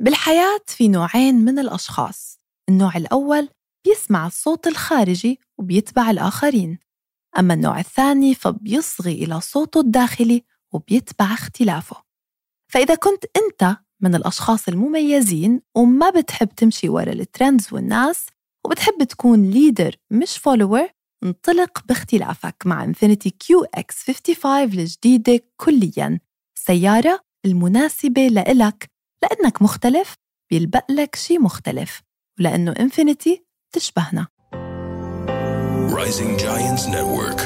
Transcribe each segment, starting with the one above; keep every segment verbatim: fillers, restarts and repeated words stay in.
بالحياة في نوعين من الأشخاص. النوع الأول بيسمع الصوت الخارجي وبيتبع الآخرين، أما النوع الثاني فبيصغي إلى صوته الداخلي وبيتبع اختلافه. فإذا كنت أنت من الأشخاص المميزين وما بتحب تمشي ورا الترندز والناس وبتحب تكون ليدر مش فولوور، انطلق باختلافك مع إنفينيتي كيو إكس خمسة وخمسين الجديدة كلياً، السيارة المناسبة لإلك، لأنك مختلف بيلبق لك شي مختلف، ولأنه إنفينيتي تشبهنا. Rising Giants Network.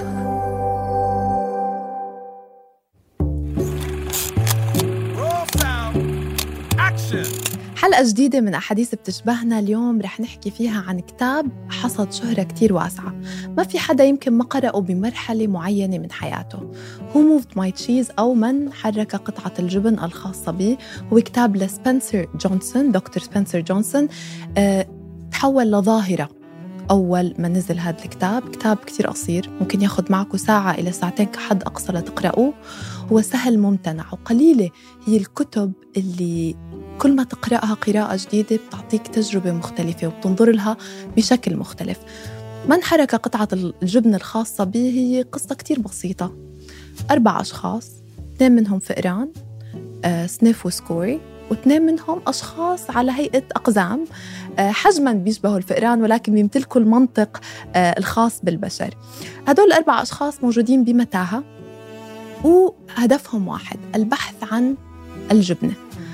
حلقة جديدة من أحاديث بتشبهنا. اليوم رح نحكي فيها عن كتاب حصد شهرة كتير واسعة، ما في حدا يمكن ما قرأه بمرحلة معينة من حياته. Who Moved My Cheese أو من حرك قطعة الجبن الخاصة به، هو كتاب لسبنسر جونسون، دكتور سبنسر جونسون. أه، تحول لظاهرة أول ما نزل هذا الكتاب. كتاب كتير قصير، ممكن ياخد معكم ساعة إلى ساعتين كحد أقصى لتقرأوه. هو سهل ممتنع، وقليلة هي الكتب اللي كل ما تقرأها قراءة جديدة بتعطيك تجربة مختلفة وبتنظر لها بشكل مختلف. من حرك قطعة الجبن الخاصة به هي قصة كتير بسيطة. أربع أشخاص، اثنين منهم فئران، آه سنيف وسكوري، واثنين منهم أشخاص على هيئة أقزام، آه حجماً بيشبهوا الفئران ولكن بيمتلكوا المنطق آه الخاص بالبشر. هدول الأربع أشخاص موجودين بمتاهة، وهدفهم واحد، البحث عن الجبنة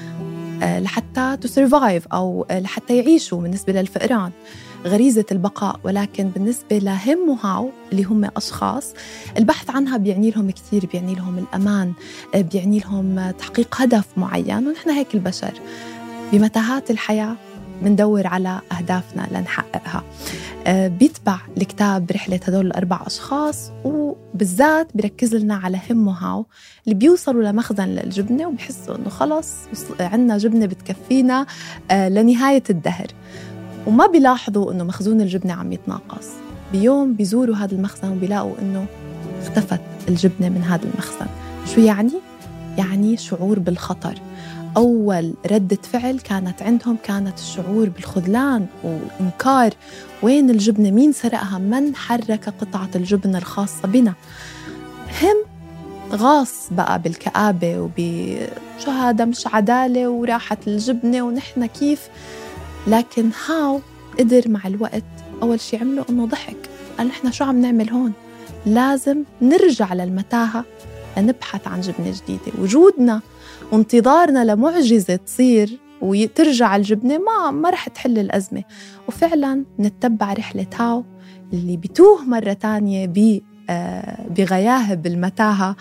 لحتى to survive أو لحتى يعيشوا. بالنسبة للفئران غريزة البقاء، ولكن بالنسبة لهم وهاو اللي هم أشخاص البحث عنها بيعني لهم كتير، بيعني لهم الأمان، بيعني لهم تحقيق هدف معين. ونحن هيك البشر بمتاهات الحياة بندور على أهدافنا لنحققها. بيتبع الكتاب رحلة هدول الأربع أشخاص، وبالذات بيركز لنا على هم وهاو اللي بيوصلوا لمخزن للجبنة وبيحسوا إنه خلص عنا جبنة بتكفينا لنهاية الدهر، وما بيلاحظوا إنه مخزون الجبنة عم يتناقص. بيوم بيزوروا هذا المخزن وبيلاقوا إنه اختفت الجبنة من هذا المخزن. شو يعني؟ يعني شعور بالخطر. أول ردة فعل كانت عندهم كانت الشعور بالخذلان وإنكار. وين الجبنة؟ مين سرقها؟ من حرك قطعة الجبنة الخاصة بنا؟ هم غاص بقى بالكآبة وبشو هذا مش عدالة وراحت الجبنة ونحن كيف. لكن هاو قدر مع الوقت أول شي عمله أنه ضحك، قال نحن شو عم نعمل هون؟ لازم نرجع للمتاهة لنبحث عن جبنة جديدة. وجودنا وانتظارنا لمعجزة تصير وترجع الجبنة ما ما رح تحل الأزمة. وفعلاً نتبع رحلة هاو اللي بتوه مرة تانية بغياهب المتاهة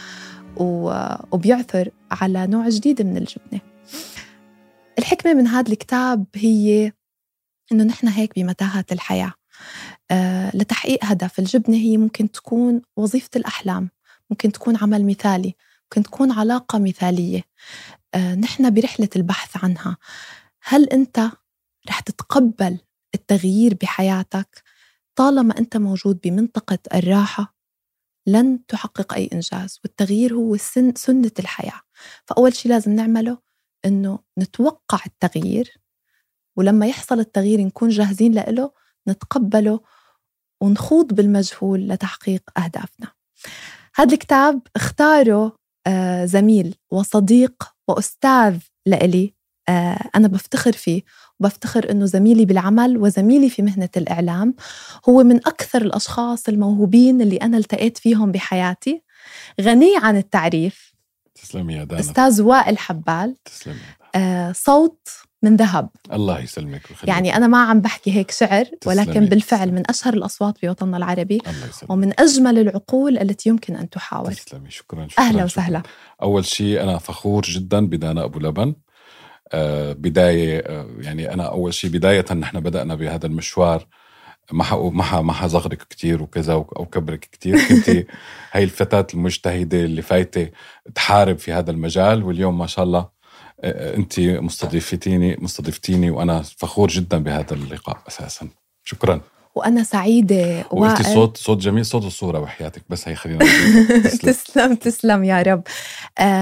وبيعثر على نوع جديد من الجبنة. الحكمة من هذا الكتاب هي إنه نحن هيك بمتاهة الحياة أه لتحقيق هدف. الجبنة هي ممكن تكون وظيفة الأحلام، ممكن تكون عمل مثالي، ممكن تكون علاقة مثالية. أه نحن برحلة البحث عنها. هل أنت رح تتقبل التغيير بحياتك؟ طالما أنت موجود بمنطقة الراحة لن تحقق أي إنجاز، والتغيير هو سن سنة الحياة. فأول شيء لازم نعمله إنه نتوقع التغيير، ولما يحصل التغيير نكون جاهزين له، نتقبله ونخوض بالمجهول لتحقيق أهدافنا. هذا الكتاب اختاره آه زميل وصديق وأستاذ لإلي، آه أنا بفتخر فيه وبفتخر أنه زميلي بالعمل وزميلي في مهنة الإعلام. هو من أكثر الأشخاص الموهوبين اللي أنا التقيت فيهم بحياتي. غني عن التعريف. تسلمي يا دانا. أستاذ وائل حبال. تسلمي يا آه صوت من ذهب. الله يسلمك ويخليك. يعني أنا ما عم بحكي هيك شعر، ولكن تسلمي. بالفعل تسلمي. من أشهر الأصوات بوطننا العربي، الله يسلمك. ومن أجمل العقول التي يمكن أن تحاور. تسلمي. شكرا, شكرا أهلا وسهلا. أول شيء أنا فخور جدا بدانا أبو لبن. آه بداية آه يعني أنا أول شيء بداية نحن بدأنا بهذا المشوار ما ما ما حزغرك كتير وكذا أو كبرك كتير. كنتي هاي الفتاة المجتهدة اللي فايتة تحارب في هذا المجال، واليوم ما شاء الله أنت مستضيفتيني مستضيفتيني وأنا فخور جدا بهذا اللقاء أساسا. شكرا. وأنا سعيدة. وقلتي صوت صوت جميل، صوت الصورة وحياتك، بس هي خلينا تسلم. تسلم تسلم يا رب. آه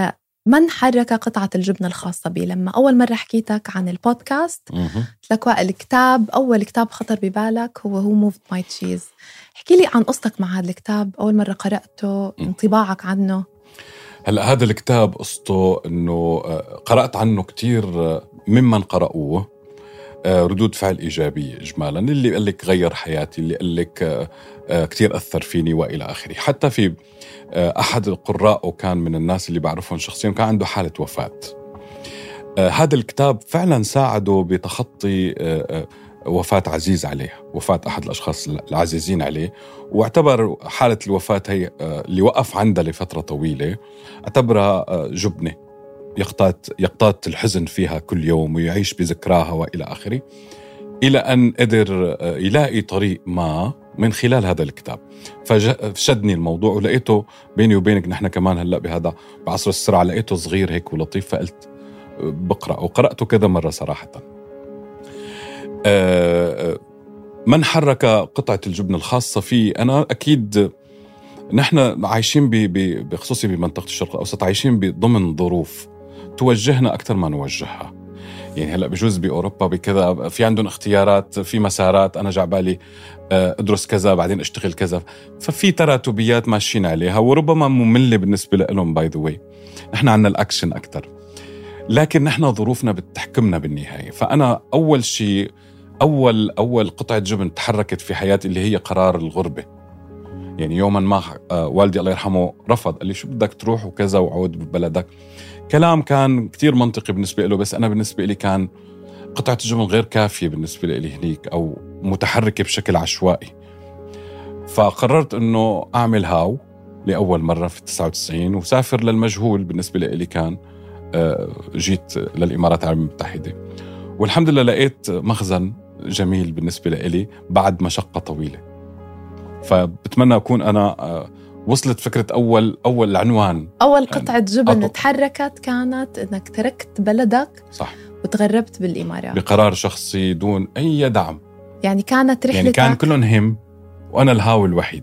من حرك قطعة الجبن الخاصة بي؟ لما أول مرة حكيتك عن البودكاست قلت لك الكتاب، أول كتاب خطر ببالك هو Who Moved My Cheese. احكي لي عن قصتك مع هذا الكتاب، أول مرة قرأته، انطباعك عنه. هلأ هذا الكتاب قصته أنه قرأت عنه كتير ممن قرأوه ردود فعل إيجابية إجمالا، اللي قال لك غير حياتي، اللي قال لك كتير أثر فيني وإلى آخره. حتى في أحد القراء وكان من الناس اللي بعرفهم شخصيا كان عنده حالة وفاة. هذا الكتاب فعلا ساعده بتخطي وفاة عزيز عليه، وفاة أحد الأشخاص العزيزين عليه، واعتبر حالة الوفاة هي اللي وقف عندها لفترة طويلة اعتبرها جبنة يقطات يقطات الحزن فيها كل يوم ويعيش بذكراها وإلى آخره، إلى أن قدر يلاقي طريق ما من خلال هذا الكتاب. فشدني الموضوع ولقيته بيني وبينك نحن كمان هلأ بهذا بعصر السرعة لقيته صغير هيك ولطيف، فقلت بقرأ وقرأته كذا مرة صراحة. من حرك قطعة الجبن الخاصة فيه؟ أنا أكيد نحن عايشين بخصوصي بمنطقة الشرق الأوسط عايشين بضمن ظروف توجهنا أكثر ما نوجهها. يعني هلأ بجوز بأوروبا بكذا في عندهم اختيارات، في مسارات، أنا جعبالي أدرس كذا بعدين أشتغل كذا، ففي تراتبيات ماشيين عليها وربما مملة بالنسبة لهم. باي ذا واي نحن عنا الأكشن أكثر، لكن نحن ظروفنا بتحكمنا بالنهاية. فأنا أول شيء أول أول قطعة جبن تحركت في حياتي اللي هي قرار الغربة. يعني يوما ما والدي الله يرحمه رفض، قال لي شو بدك تروح وكذا وعود ببلدك. كلام كان كتير منطقي بالنسبة له، بس أنا بالنسبة لي كان قطعة الجبن غير كافية بالنسبة لي هنيك، أو متحركة بشكل عشوائي. فقررت أنه أعمل هاو لأول مرة في تسعة وتسعين وسافر للمجهول بالنسبة لي كان. جيت للإمارات العربية المتحدة والحمد لله لقيت مخزن جميل بالنسبة لي بعد مشقة طويلة. فبتمنى أكون أنا وصلت فكرة أول أول عنوان. أول قطعة جبن أطلق. تحركت كانت أنك تركت بلدك صح وتغربت بالإمارات بقرار شخصي دون أي دعم. يعني كانت رحلتك يعني كان كلهم هم وأنا الهاو الوحيد.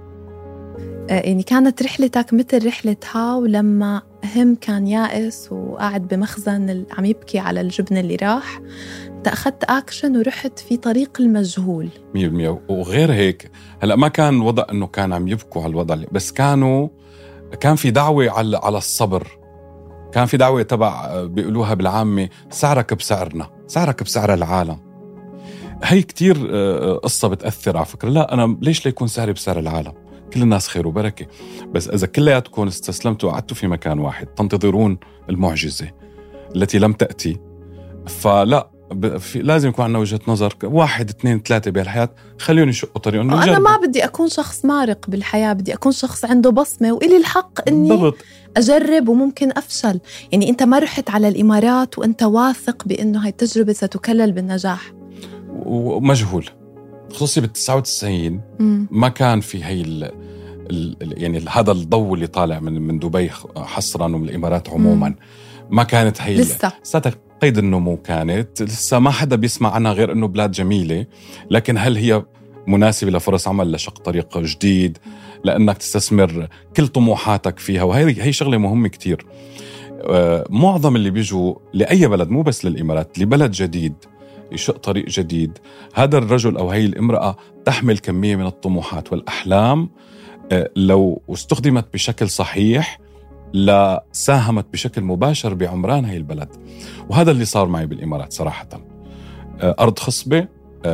يعني كانت رحلتك مثل رحلة هاو لما هم كان يائس وقاعد بمخزن عم يبكي على الجبن اللي راح، انت أخذت أكشن ورحت في طريق المجهول مية بالمية. وغير هيك هلأ ما كان وضع أنه كان عم يبكوا على الوضع، بس كانوا كان في دعوة على على الصبر. كان في دعوة تبع بيقولوها بالعامة سعرك بسعرنا، سعرك بسعر العالم. هي كتير قصة بتأثر على فكرة. لا أنا ليش ليكون سعري بسعر العالم؟ كل الناس خير وبركة، بس إذا كلياتكم استسلمتوا وقعدتوا في مكان واحد تنتظرون المعجزة التي لم تأتي، فلا لازم يكون عندنا وجهة نظر واحد اثنين ثلاثة بهالحياة. خليوني يشقوا طريقهم. أنا ما بدي أكون شخص مارق بالحياة، بدي أكون شخص عنده بصمة وإلي الحق إني بالضبط. أجرب وممكن أفشل. يعني أنت ما رحت على الإمارات وأنت واثق بأنه هاي التجربة ستكلل بالنجاح ومجهول. خصوصي بالتسعة وتسعين ما كان في هاي ال ال يعني هذا الضوء اللي طالع من من دبي حصرا ومن الإمارات عموما. مم. ما كانت هي لسه لسه قيد النمو، كانت لسه ما حدا بيسمع عنها غير إنه بلاد جميلة، لكن هل هي مناسبة لفرص عمل، لشق طريق جديد، لأنك تستثمر كل طموحاتك فيها؟ وهي هي شغلة مهمة كتير. آه معظم اللي بيجوا لأي بلد مو بس للإمارات لبلد جديد يشق طريق جديد، هذا الرجل أو هي الامرأة تحمل كمية من الطموحات والأحلام آه لو استخدمت بشكل صحيح لا ساهمت بشكل مباشر بعمران هاي البلد. وهذا اللي صار معي بالإمارات صراحة. أرض خصبة،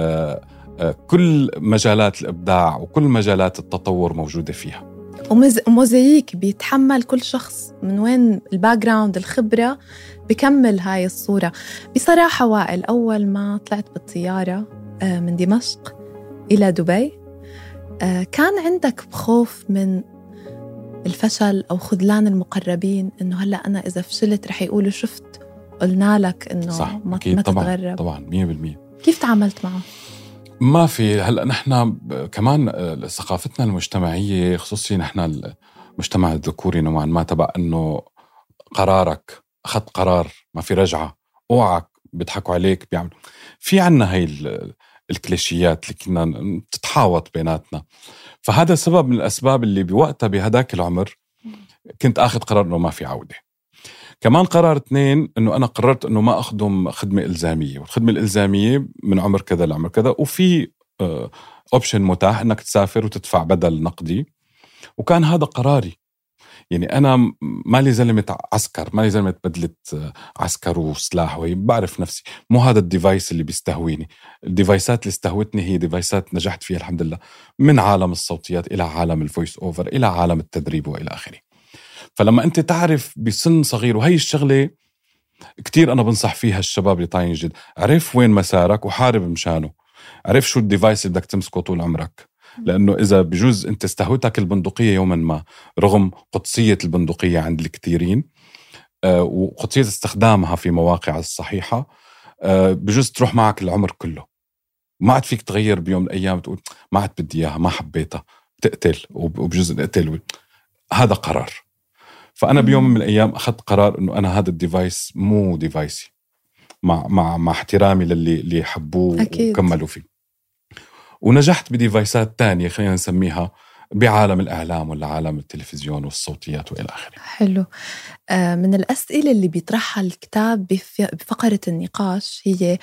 كل مجالات الإبداع وكل مجالات التطور موجودة فيها، وموزايك بيتحمل كل شخص من وين الباك جراوند الخبرة بكمل هاي الصورة. بصراحة وائل، أول ما طلعت بالطيارة من دمشق إلى دبي كان عندك خوف من الفشل أو خذلان المقربين، إنه هلأ أنا إذا فشلت رح يقولوا شفت قلنا لك إنه صح. ما, أكيد. ما طبعاً. تتغرب. طبعاً مية بالمية. كيف تعاملت معه؟ ما في هلأ نحن كمان ثقافتنا المجتمعية، خصوصي نحن المجتمع الذكوري نوعا ما، تبع إنه قرارك أخذت قرار ما في رجعة، اوعك بيضحكوا عليك بيعمل في عنا هاي الكليشيات اللي كنا تتحاوط بيناتنا. فهذا سبب من الأسباب اللي بوقتها بهداك العمر كنت أخذ قرار إنه ما في عودة. كمان قرار اثنين انه انا قررت انه ما اخدم خدمه الزاميه، والخدمه الالزاميه من عمر كذا لعمر كذا، وفي اوبشن متاح انك تسافر وتدفع بدل نقدي، وكان هذا قراري. يعني انا مالي زلمه عسكر، مالي زلمه بدله عسكر وسلاح، وهي بعرف نفسي مو هذا الديفايس اللي بيستهويني. الديفايسات اللي استهوتني هي ديفايسات نجحت فيها الحمد لله، من عالم الصوتيات الى عالم الفويس اوفر الى عالم التدريب والى اخره. فلما انت تعرف بسن صغير، وهي الشغله كتير انا بنصح فيها الشباب اللي طايعين جد، عرف وين مسارك وحارب مشانه، عرف شو الديفايس اللي بدك تمسكه طول عمرك. لأنه إذا بجوز أنت استهوتك البندقية يوما ما، رغم قدسية البندقية عند الكثيرين آه وقدسية استخدامها في مواقع الصحيحة، آه بجوز تروح معك العمر كله، ما عاد فيك تغير بيوم من الأيام تقول ما عاد بدي إياها، ما حبيتها، تقتل وبجوز نقتل. هذا قرار. فأنا بيوم من الأيام أخذت قرار إنه أنا هذا الديفايس مو ديفايسي، مع مع مع احترامي للي اللي حبوه وكملوا فيه. ونجحت بديفايسات تانية خلينا نسميها بعالم الإعلام ولا عالم التلفزيون والصوتيات وإلى آخره. حلو. آه من الأسئلة اللي بيطرحها الكتاب بفقرة النقاش هي،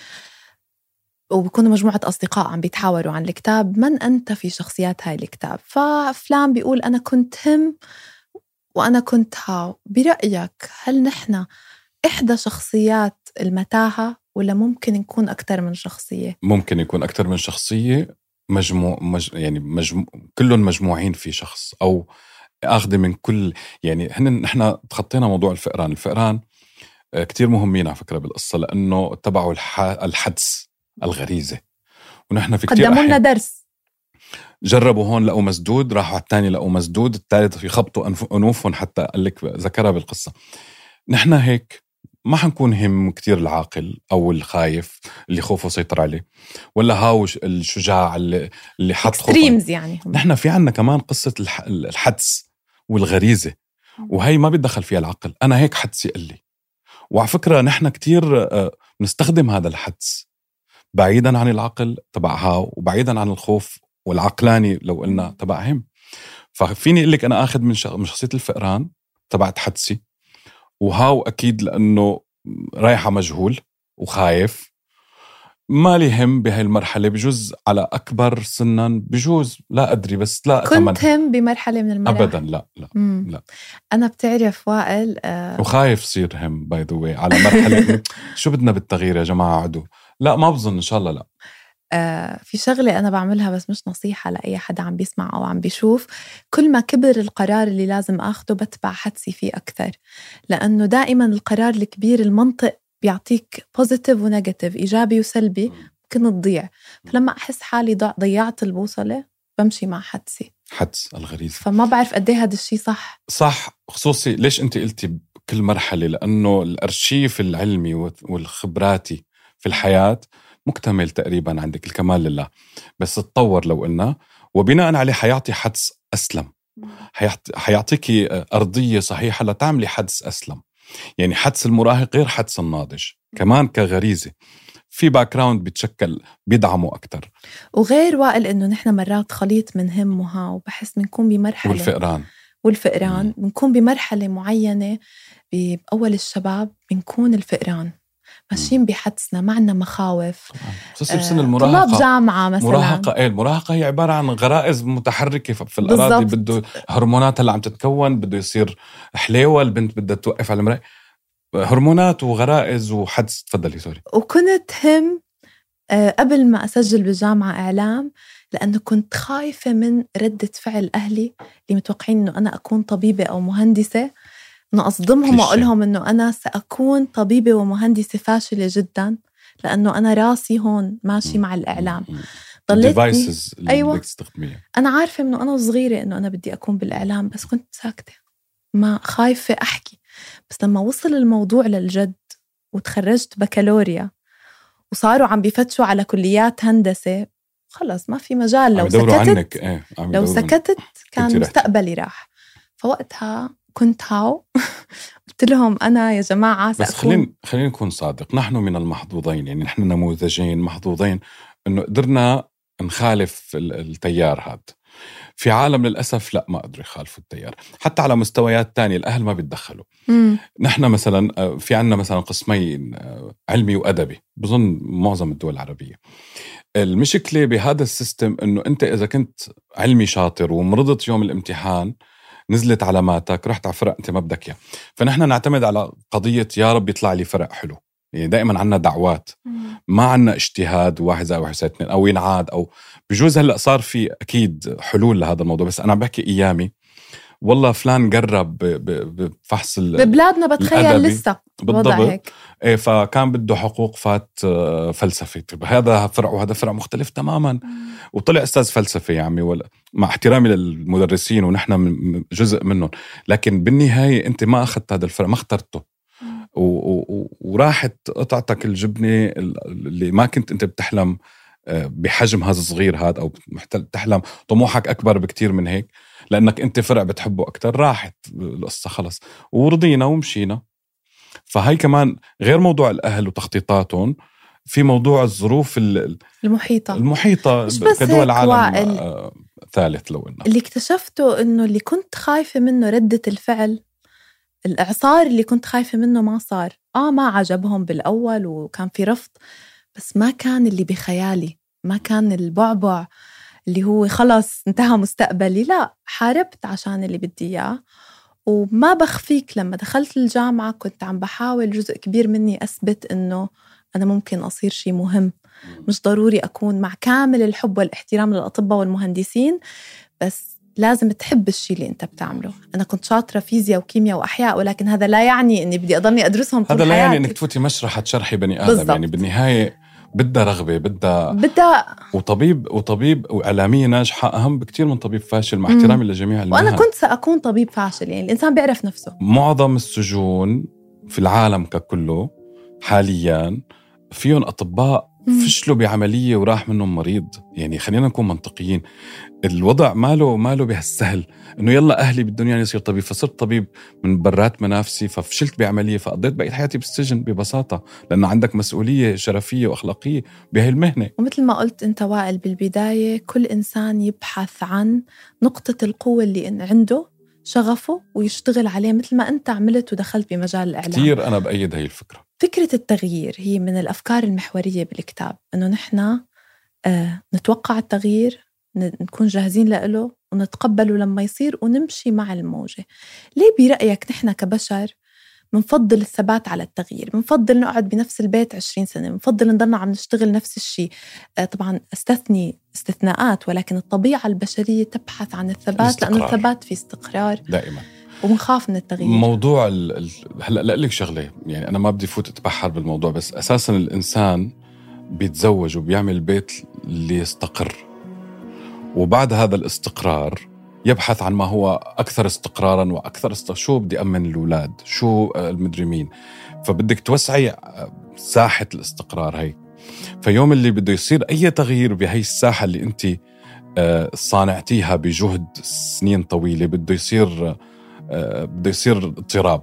وبيكونوا مجموعة أصدقاء عم بيتحاوروا عن الكتاب، من أنت في شخصيات هاي الكتاب؟ ففلان بيقول أنا كنت هم وأنا كنت هاو. برأيك هل نحن إحدى شخصيات المتاهة ولا ممكن نكون أكتر من شخصية؟ ممكن يكون أكتر من شخصية، مجموع مج... يعني مجموع كلهم مجموعين في شخص، أو أخذ من كل. يعني هن نحن تخطينا موضوع الفئران. الفئران كتير مهمين على فكرة بالقصة، لأنه اتبعوا الح... الحدس الغريزة، ونحن في كتير قدموا لنا درس. جربوا هون لقوا مسدود، راحوا على الثاني لقوا مسدود، الثالث يخبطوا أنف... أنوفهم، حتى قال لك ذكرها بالقصة. نحن هيك ما حنكون هم كتير العاقل أو الخايف اللي خوفه سيطر عليه، ولا هاوش الشجاع اللي اللي حط خوفه. يعني نحن في عنا كمان قصة الحدس والغريزة، وهي ما بيدخل فيها العقل. أنا هيك حدسي قال لي. وعلى فكرة نحن كتير نستخدم هذا الحدس بعيدا عن العقل تبع هاو، وبعيدا عن الخوف والعقلاني لو قلنا تبع هم. ففيني أقول لك أنا أخذ من شخصية الفئران تبعت حدسي، وهاو أكيد لأنه رايحة مجهول وخايف، ما لي هم بهاي المرحلة. بجوز على أكبر سنا، بجوز لا أدري، بس لا أتمنى. كنت هم بمرحلة من المراحل؟ أبدا لا لا, لا. أنا بتعرف وائل آه وخايف صير هم باي ذا واي على مرحلة شو بدنا بالتغيير يا جماعة عدو؟ لا ما بظن، إن شاء الله لا. آه في شغلة أنا بعملها بس مش نصيحة لأي حدا عم بيسمع أو عم بيشوف. كل ما كبر القرار اللي لازم أخده بتبع حدسي فيه أكثر، لأنه دائما القرار الكبير المنطق بيعطيك بوزيتيف ونيجاتيف، إيجابي وسلبي، ممكن تضيع. فلما أحس حالي ضيعت البوصلة بمشي مع حدسي، حدس الغريزة. فما بعرف قد ايه هذا الشيء صح صح. خصوصي ليش أنت قلتي بكل مرحلة؟ لأنه الأرشيف العلمي والخبراتي في الحياة مكتمل تقريبا عندك، الكمال لله، بس تطور لو قلنا، وبناء عليه حيعطي حدس أسلم، حيعطيك أرضية صحيحة لتعملي حدس أسلم. يعني حدس المراهق غير حدس الناضج، كمان كغريزة في باكراوند بتشكل بيدعمه أكتر. وغير وائل إنه نحن مرات خليط من هم وها، وبحس بنكون بمرحلة والفئران والفئران بنكون بمرحلة معينة بأول الشباب، بنكون الفئران ماشيين بحدسنا، معنا مخاوف. خصوصي بسن المراهقة، طلاب جامعة مثلا. مراهقة إيه المراهقة هي عبارة عن غرائز متحركة في الأراضي، بده هرمونات اللي عم تتكون، بده يصير حليوة، البنت بدها توقف على المرأة، هرمونات وغرائز وحدس. تفضلي سوري. وكنت هم قبل ما أسجل بالجامعة إعلام، لأنه كنت خايفة من ردة فعل أهلي اللي متوقعين أنه أنا أكون طبيبة أو مهندسة، أنه أصدمهم وأقولهم أنه أنا سأكون طبيبة ومهندسة فاشلة جدا، لأنه أنا راسي هون ماشي مع الإعلام. ضليتني أيوة أنا عارفة أنه أنا صغيرة أنه أنا بدي أكون بالإعلام، بس كنت ساكتة، ما خايفة أحكي. بس لما وصل الموضوع للجد وتخرجت بكالوريا وصاروا عم بيفتشوا على كليات هندسة، خلص ما في مجال. لو سكتت إيه؟ لو سكتت كان مستقبلي راح. فوقتها كنت هاو قلت لهم أنا يا جماعة سأكون. بس خلينا خلينا نكون صادق، نحن من المحظوظين، يعني نحن نموذجين محظوظين إنه قدرنا نخالف التيار هذا. في عالم للأسف لا ما قدروا يخالفوا التيار. حتى على مستويات تانية الأهل ما بيتدخلوا. نحن مثلا في عنا مثلا قسمين، علمي وأدبي، بظن معظم الدول العربية. المشكلة بهذا السيستم إنه أنت إذا كنت علمي شاطر ومرضت يوم الامتحان نزلت علاماتك رحت على فرق أنت ما بدك إياه، فنحن نعتمد على قضية يا رب يطلع لي فرق حلو. يعني دائما عنا دعوات، ما عنا اجتهاد واحد زائد واحد يساوي اثنين أو ينعاد، أو بجوز هلأ صار في أكيد حلول لهذا الموضوع، بس أنا بحكي إيامي والله فلان جرب بفحص ببلادنا بتخيل لسه بالضبط هيك. إيه فكان بده حقوق فات فلسفة، هذا فرع وهذا فرع مختلف تماما، مم. وطلع أستاذ فلسفة يا عمي، ولا مع احترامي للمدرسين ونحن جزء منهم، لكن بالنهاية أنت ما أخذت هذا الفرع، ما اخترته، وراحت قطعتك الجبنة اللي ما كنت أنت بتحلم بحجم هذا الصغير هذا، أو بتحلم طموحك أكبر بكتير من هيك، لأنك أنت فرع بتحبه أكتر. راحت القصة خلص ورضينا ومشينا. فهي كمان غير موضوع الأهل وتخطيطاتهم، في موضوع الظروف المحيطة المحيطة كدول عالم آه ثالث. لو إنه اللي اكتشفته إنه اللي كنت خايفة منه ردة الفعل، الإعصار اللي كنت خايفة منه ما صار. آه ما عجبهم بالأول وكان في رفض، بس ما كان اللي بخيالي، ما كان البعبع اللي هو خلص انتهى مستقبلي. لا، حاربت عشان اللي بدي إياه. وما بخفيك لما دخلت الجامعة كنت عم بحاول جزء كبير مني أثبت إنه أنا ممكن أصير شيء مهم، مش ضروري أكون مع كامل الحب والاحترام للأطباء والمهندسين، بس لازم تحب الشيء اللي أنت بتعمله. أنا كنت شاطرة فيزياء وكيمياء وأحياء، ولكن هذا لا يعني إني بدي أضلني أدرسهم طول حياتي. هذا لا يعني حياتي. إنك تفوتي مشرحة شرحي بني آدم بالزبط. يعني بالنهاية بدها رغبة، بدها بدها وطبيب وطبيب وإعلامية ناجحة أهم بكتير من طبيب فاشل، مع احترامي لجميع المهن. وأنا كنت سأكون طبيب فاشل، يعني الإنسان بيعرف نفسه. معظم السجون في العالم ككله حالياً فيهم أطباء فشلوا بعملية وراح منهم مريض. يعني خلينا نكون منطقيين، الوضع ماله ماله بهالسهل إنه يلا أهلي بالدنيا يصير طبيب، فصرت طبيب من برات منافسي، ففشلت بعملية فقضيت بقيت حياتي بالسجن ببساطة، لأنه عندك مسؤولية شرفية وأخلاقية بهاي المهنة. ومثل ما قلت أنت وائل بالبداية، كل إنسان يبحث عن نقطة القوة اللي عنده، شغفه، ويشتغل عليه مثل ما أنت عملت ودخلت بمجال الإعلام. كتير أنا بأيد هاي الفكرة. فكرة التغيير هي من الأفكار المحورية بالكتاب، أنه نحن آه نتوقع التغيير، نكون جاهزين له ونتقبله لما يصير ونمشي مع الموجة. ليه برأيك نحن كبشر منفضل الثبات على التغيير؟ منفضل نقعد بنفس البيت عشرين سنة، منفضل نضلنا عم نشتغل نفس الشيء. آه طبعا استثني استثناءات، ولكن الطبيعة البشرية تبحث عن الثبات، الاستقرار. لأنه الثبات في استقرار دائما، ومنخاف من التغيير. موضوع ال... هلأ لأقلك شغلة، يعني أنا ما بدي فوت أتبحر بالموضوع، بس أساسا الإنسان بيتزوج وبيعمل بيت اللي يستقر، وبعد هذا الاستقرار يبحث عن ما هو أكثر استقراراً وأكثر استقرار. شو بدي أمن الأولاد، شو المدري مين، فبدك توسعي ساحة الاستقرار هاي. فيوم اللي بده يصير أي تغيير بهاي الساحة اللي أنت صانعتيها بجهد سنين طويلة، بده يصير بده يصير اضطراب.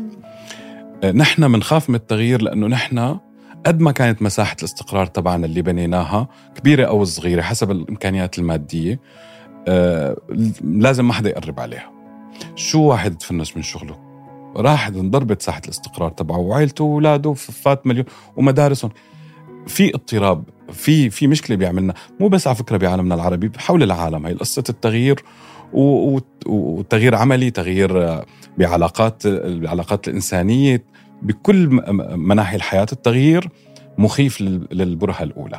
نحن منخاف من التغيير لأنه نحن قد ما كانت مساحة الاستقرار تبعنا اللي بنيناها كبيرة أو صغيرة حسب الإمكانيات المادية، آه لازم ما حدا يقرب عليها. شو واحد تفنش من شغله، راحت انضربت ساحة الاستقرار تبعه وعائلته وولاده، فات مليون ومدارسهم. في اضطراب، في في مشكلة بيعملنا، مو بس على فكرة بعالمنا العربي، حول العالم. هي قصة التغيير، وتغيير عملي، تغيير بعلاقات العلاقات الإنسانية، بكل مناحي الحياة. التغيير مخيف للبرهة الأولى.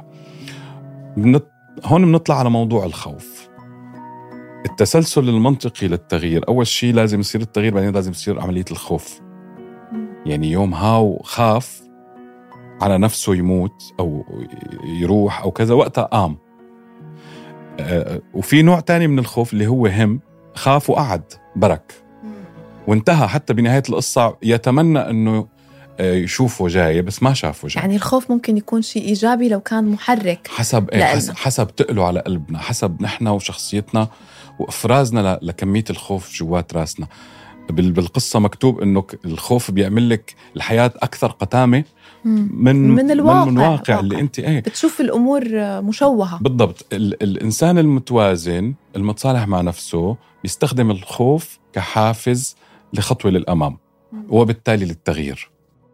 هون بنطلع على موضوع الخوف. التسلسل المنطقي للتغيير، أول شيء لازم يصير التغيير، بعدين لازم يصير عملية الخوف. يعني يوم هاو خاف على نفسه يموت أو يروح أو كذا، وقتها قام. أه وفي نوع تاني من الخوف اللي هو هم خاف وقعد برك وانتهى، حتى بنهاية القصة يتمنى أنه يشوفه جاي بس ما شافه جاي. يعني الخوف ممكن يكون شيء إيجابي لو كان محرك، حسب إيه، حسب, حسب تقله على قلبنا، حسب نحن وشخصيتنا وإفرازنا لكمية الخوف جوات راسنا. بالقصة مكتوب إنه الخوف بيعمل لك الحياة أكثر قتامة من من الواقع, من الواقع اللي أنت إيه بتشوف الأمور مشوهة. بالضبط. ال- الإنسان المتوازن المتصالح مع نفسه بيستخدم الخوف كحافز لخطوة للأمام وبالتالي للتغيير.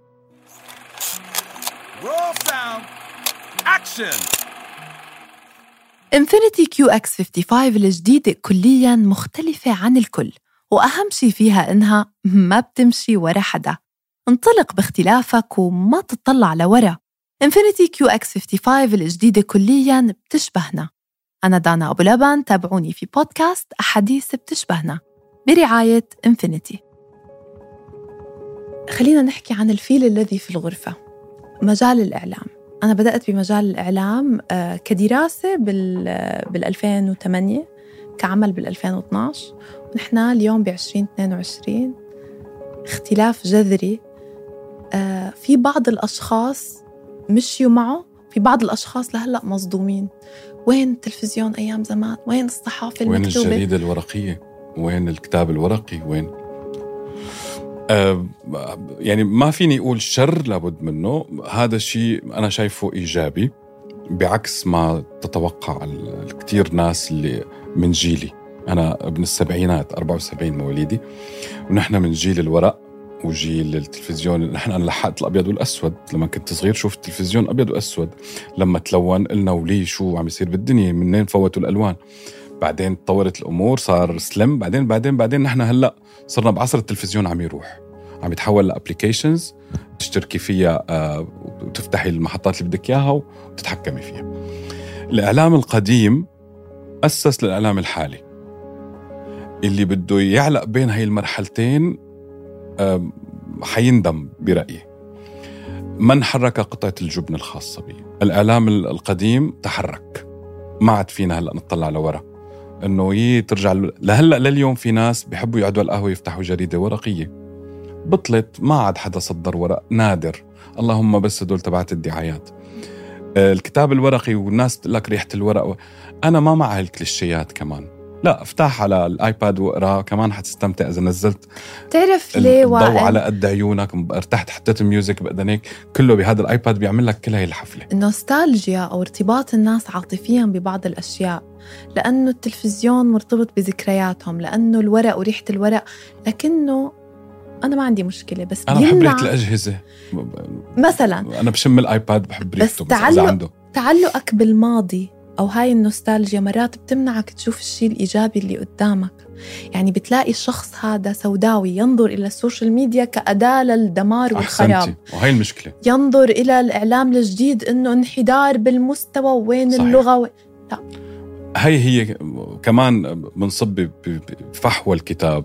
Infiniti كيو إكس خمسة وخمسين الجديدة كلياً مختلفة عن الكل، وأهم شي فيها إنها ما بتمشي ورا حدا. انطلق باختلافك وما تطلع لورا. Infiniti كيو إكس خمسة وخمسين الجديدة كلياً بتشبهنا. أنا دانا أبو لبن، تابعوني في بودكاست أحاديث بتشبهنا برعاية Infiniti. خلينا نحكي عن الفيل الذي في الغرفة. مجال الإعلام، أنا بدأت بمجال الإعلام كدراسة بالألفين وثمانية، كعمل بالألفين واثناشر، ونحن اليوم بعشرين اثنين وعشرين. اختلاف جذري. في بعض الأشخاص مشيوا معه، في بعض الأشخاص لهلأ مصدومين. وين التلفزيون أيام زمان؟ وين الصحافة المكتوبة؟ وين الجريدة الورقية؟ وين الكتاب الورقي؟ وين آه يعني ما فيني أقول شر لابد منه. هذا الشيء أنا شايفه إيجابي بعكس ما تتوقع الكثير ناس اللي من جيلي. أنا ابن السبعينات، أربعة وسبعين مواليدي، ونحن من جيل الورق وجيل التلفزيون. نحن أنا لحقت الأبيض والأسود لما كنت صغير، شوف التلفزيون أبيض وأسود. لما تلون قلنا وليه شو عم يصير بالدنيا، منين فوتوا الألوان. بعدين تطورت الأمور، صار سلم. بعدين بعدين بعدين نحن هلأ صرنا بعصر التلفزيون عم يروح، عم يتحول لأبليكيشنز تشتركي فيها آه وتفتحي المحطات اللي بدك إياها وتتحكمي فيها. الإعلام القديم أسس للإعلام الحالي. اللي بده يعلق بين هاي المرحلتين آه حيندم برأيي. من حرك قطعة الجبن الخاصة به؟ الإعلام القديم تحرك، ما عاد فينا هلأ نطلع لورا إنه يي ترجع لهلأ. لليوم في ناس بيحبوا يقعدوا على القهوة يفتحوا جريدة ورقية. بطلت، ما عاد حدا صدر ورق، نادر، اللهم بس دول تبعت الدعايات. الكتاب الورقي والناس تقول لك ريحة الورق و... أنا ما مع هالكليشيات كمان. لا، افتح على الآيباد واقرأ، كمان حتستمتع إذا نزلت. تعرف ليه الضوء على قد عيونك، ارتحت، حطيت الميوزك بأذنيك، كله بهذا الآيباد بيعمل لك كل هاي الحفلة. النوستالجيا أو ارتباط الناس عاطفياً ببعض الأشياء، لأنه التلفزيون مرتبط بذكرياتهم، لأنه الورق وريحة الورق. لكنه أنا ما عندي مشكلة، بس أنا بحب ريحة الأجهزة مثلا. أنا بشم الآيباد بحب ريحته، بس تعلق عنده. تعلقك بالماضي أو هاي النوستالجيا مرات بتمنعك تشوف الشيء الإيجابي اللي قدامك. يعني بتلاقي الشخص هذا سوداوي ينظر إلى السوشيال ميديا كأداة للدمار والخراب، وهي المشكلة. ينظر إلى الإعلام الجديد إنه انحدار بالمستوى، وين صحيح. اللغة و... لا، هي هي كمان منصب بفحوى الكتاب.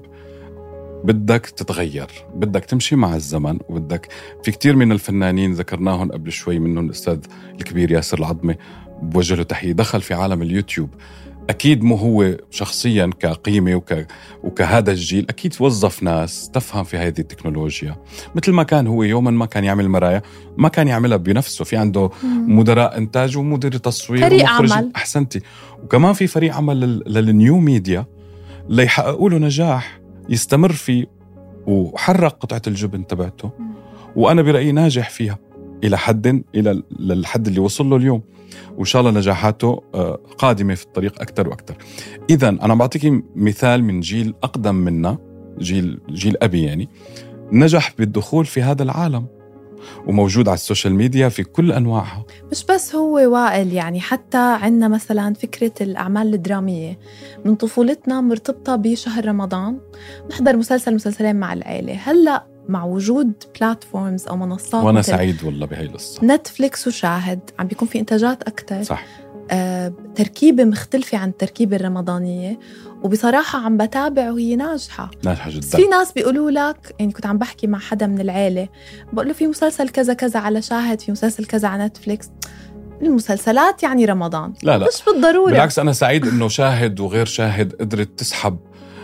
بدك تتغير، بدك تمشي مع الزمن، وبدك في كتير من الفنانين ذكرناهم قبل شوي، منهم الأستاذ الكبير ياسر العظمة، بوجه له تحية، دخل في عالم اليوتيوب. أكيد مو هو شخصيا كقيمة وك... وكهذا الجيل، أكيد وظف ناس تفهم في هذه التكنولوجيا. مثل ما كان هو يوما ما كان يعمل مرايا، ما كان يعملها بنفسه، في عنده مم. مدراء إنتاج ومدير تصوير فريق عمل. أحسنتي. وكمان في فريق عمل لل... للنيو ميديا ليحققوا له نجاح يستمر فيه، وحرك قطعة الجبن تبعته. وأنا برأيي ناجح فيها إلى حد إلى الحد اللي وصل له اليوم، وإن شاء الله نجاحاته قادمة في الطريق أكتر وأكتر. إذن أنا بعطيك مثال من جيل أقدم منا، جيل جيل أبي يعني، نجح بالدخول في هذا العالم وموجود على السوشيال ميديا في كل أنواعها. مش بس هو وائل، يعني حتى عندنا مثلا فكرة الأعمال الدرامية من طفولتنا مرتبطة بشهر رمضان، نحضر مسلسل مسلسلين مع العائلة. هلأ مع وجود بلاتفورمز أو منصات، وأنا سعيد والله بهاي القصة، نتفليكس وشاهد، عم بيكون في إنتاجات أكتر. صح. آه، تركيبة مختلفة عن التركيبة الرمضانية، وبصراحة عم بتابع وهي ناجحة ناجحة جدا. في ناس بيقولوا لك، يعني كنت عم بحكي مع حدا من العيلة بقول له في مسلسل كذا كذا على شاهد، في مسلسل كذا على نتفليكس. المسلسلات يعني رمضان؟ لا لا، مش بالضرورة. بالعكس، أنا سعيد إنه شاهد وغير شاهد قدرت تسحب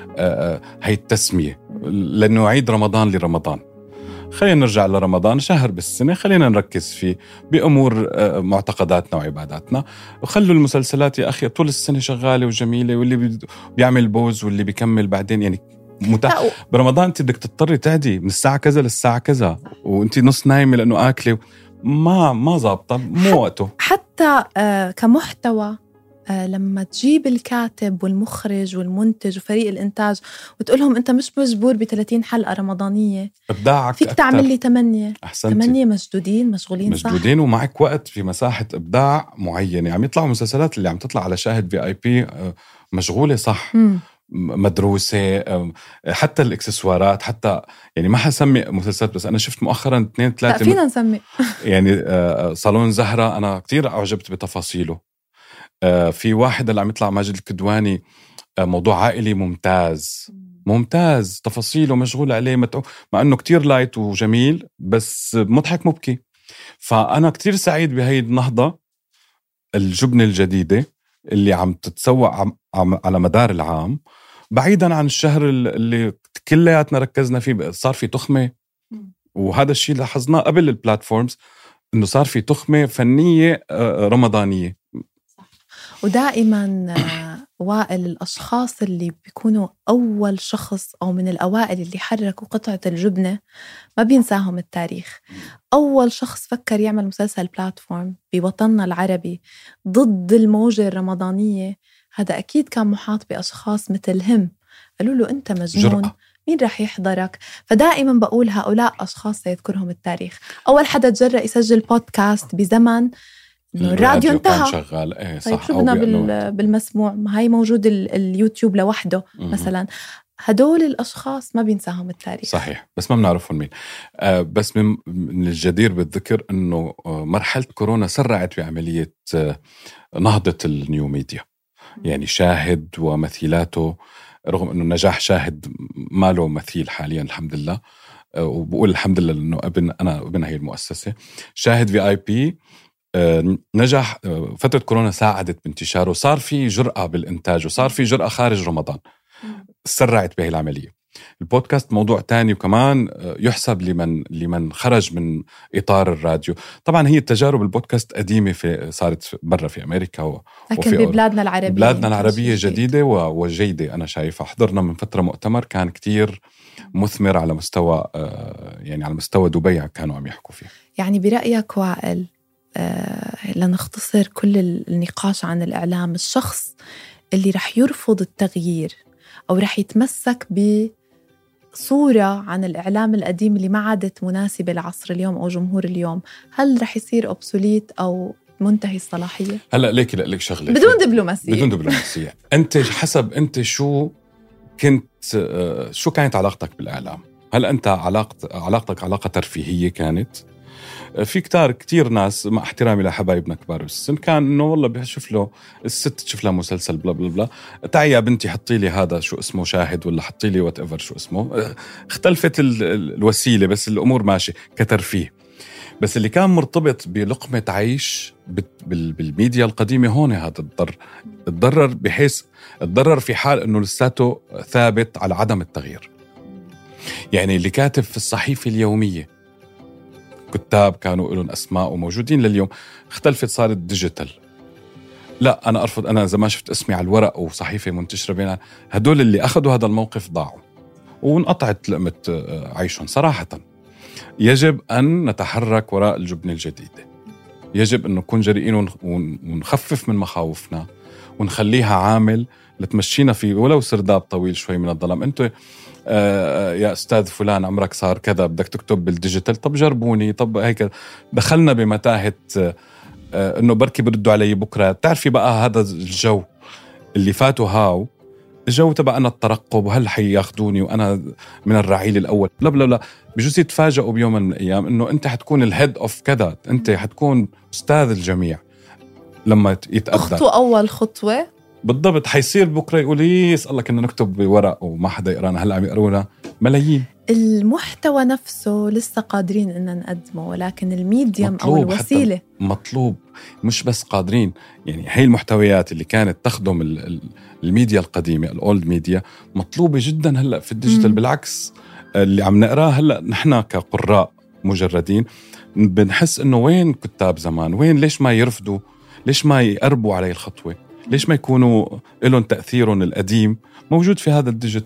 هاي التسمية، لأنه عيد رمضان لرمضان. خلينا نرجع لرمضان، شهر بالسنة، خلينا نركز فيه بأمور معتقداتنا وعباداتنا، وخلوا المسلسلات يا أخي طول السنة شغالة وجميلة، واللي بيعمل بوز واللي بيكمل بعدين، يعني متاح. برمضان انت بدك تضطري تعدي من الساعه كذا للساعه كذا وانت نص نايمه لانه اكله، ما ما ظابطه، مو وقته. حتى آه كمحتوى آه لما تجيب الكاتب والمخرج والمنتج وفريق الإنتاج وتقولهم أنت مش مجبور بثلاثين حلقة رمضانية، إبداعك فيك أكتر. تعمل لي ثمانية أحسنتي. ثمانية مشدودين مشغولين مشدودين صح؟ ومعك وقت في مساحة إبداع معينة. عم يطلعوا مسلسلات اللي عم تطلع على شاهد في آي بي مشغولة صح، م. مدروسة، حتى الإكسسوارات، حتى يعني ما حسمي مسلسلات، بس أنا شفت مؤخرا اثنين ثلاثة لا فينا نسمي يعني صالون زهرة أنا كتير أعجبت بتفاصيله. في واحد اللي عم يطلع ماجد الكدواني موضوع عائلي ممتاز ممتاز، تفاصيله مشغول عليه متعو، مع أنه كتير لايت وجميل بس مضحك مبكي. فأنا كتير سعيد بهاي النهضة الجبنة الجديدة اللي عم تتسوق على مدار العام، بعيدا عن الشهر اللي كلياتنا ركزنا فيه. صار في تخمة، وهذا الشيء لاحظناه قبل البلاتفورمز، إنه صار في تخمة فنية رمضانية. ودائما وائل الأشخاص اللي بيكونوا أول شخص أو من الأوائل اللي حركوا قطعة الجبنة ما بينساهم التاريخ. أول شخص فكر يعمل مسلسل بلاتفورم بوطننا العربي ضد الموجة الرمضانية، هذا أكيد كان محاط بأشخاص مثل هم قالوا له أنت مجنون جرأة. مين رح يحضرك؟ فدائما بقول هؤلاء أشخاص سيذكرهم التاريخ. أول حدا جرأ يسجل بودكاست بزمن إنه الراديو انتهى شغال. إيه صح. طيب شو بدنا بال... بالمسموع؟ ما هي موجود ال... اليوتيوب لوحده م-م. مثلا. هدول الأشخاص ما بينساهم التاريخ. صحيح، بس ما بنعرفهم مين. آه بس من... من الجدير بالذكر إنه مرحلة كورونا سرعت بعملية آه نهضة النيو ميديا. م. يعني شاهد ومثيلاته، رغم إنه نجاح شاهد ما له مثيل حاليا الحمد لله، آه وبقول الحمد لله لأنه ابن أنا ابن هاي المؤسسة شاهد في آي بي نجح. فترة كورونا ساعدت بانتشاره، صار في جرأة بالإنتاج وصار في جرأة خارج رمضان، سرعت به العملية. البودكاست موضوع تاني وكمان يحسب لمن لمن خرج من إطار الراديو. طبعا هي التجارب البودكاست قديمة، في صارت برا في أمريكا و... لكن ببلادنا العربية بلادنا العربية جديدة وجيدة. أنا شايفة حضرنا من فترة مؤتمر كان كتير مثمر على مستوى يعني على مستوى دبي كانوا عم يحكوا فيه. يعني برأيك وائل، آه لنختصر كل النقاش عن الإعلام، الشخص اللي رح يرفض التغيير أو رح يتمسك بصورة عن الإعلام القديم اللي ما عادت مناسبة لعصر اليوم أو جمهور اليوم، هل رح يصير أوبسوليت أو منتهي الصلاحية؟ هلأ ليك لك شغلة بدون دبلوماسية بدون دبلوماسية أنت حسب أنت شو كنت شو كانت علاقتك بالإعلام؟ هل أنت علاقت علاقتك علاقة ترفيهية كانت؟ في كتار كتير ناس مع احترامي لحبايبنا كبار السن كان إنه والله بشوف له الست تشوف لها مسلسل بلا بلا بلا، تعي يا بنتي حطي لي هذا شو اسمه شاهد ولا حطي لي وات ايفر شو اسمه. اختلفت الوسيلة بس الأمور ماشي كترفيه. بس اللي كان مرتبط بلقمة عيش بالميديا القديمة هون هذا الضر الضرر، بحيث الضرر في حال إنه لساته ثابت على عدم التغيير. يعني اللي كاتب في الصحيفة اليومية، كتاب كانوا لهم أسماء وموجودين لليوم، اختلفت صارت ديجيتال. لا أنا أرفض، أنا زمان شفت اسمي على الورق وصحيفة منتشرة بينها، هدول اللي أخذوا هذا الموقف ضاعوا وانقطعت لقمة عيشهم صراحة. يجب أن نتحرك وراء الجبنة الجديدة، يجب أن نكون جريئين ونخفف من مخاوفنا ونخليها عامل لتمشينا في ولو سرداب طويل شوي من الظلام. أنتوا آه يا أستاذ فلان عمرك صار كذا بدك تكتب بالديجيتال، طب جربوني، طب هيك دخلنا بمتاهة آه أنه بركي بردوا علي بكرة. تعرفي بقى هذا الجو اللي فاتوا هاو الجو تبع أنا الترقب وهل حياخدوني وأنا من الرعيل الأول، لا لا لا، بجوز يتفاجئوا بيوم من الأيام إنه أنت حتكون الهيد أوف كذا، أنت حتكون أستاذ الجميع لما يتقدم. أخطوا أول خطوة بالضبط، حيصير بكرة يقول يسأل الله كنا نكتب بورق وما حدا يقرانا، هلأ عم يقرونا ملايين. المحتوى نفسه لسه قادرين إن نقدمه، ولكن الميديم أو الوسيلة مطلوب، مش بس قادرين. يعني هاي المحتويات اللي كانت تخدم الميديا القديمة الأولد ميديا مطلوبة جدا هلأ في الديجيتال. بالعكس اللي عم نقراه هلأ نحن كقراء مجردين بنحس إنه وين كتاب زمان، وين ليش ما يرفضوا، ليش ما يقربوا علي الخطوة، ليش ما يكونوا لهم تأثيرهم القديم موجود في هذا الديجيتال.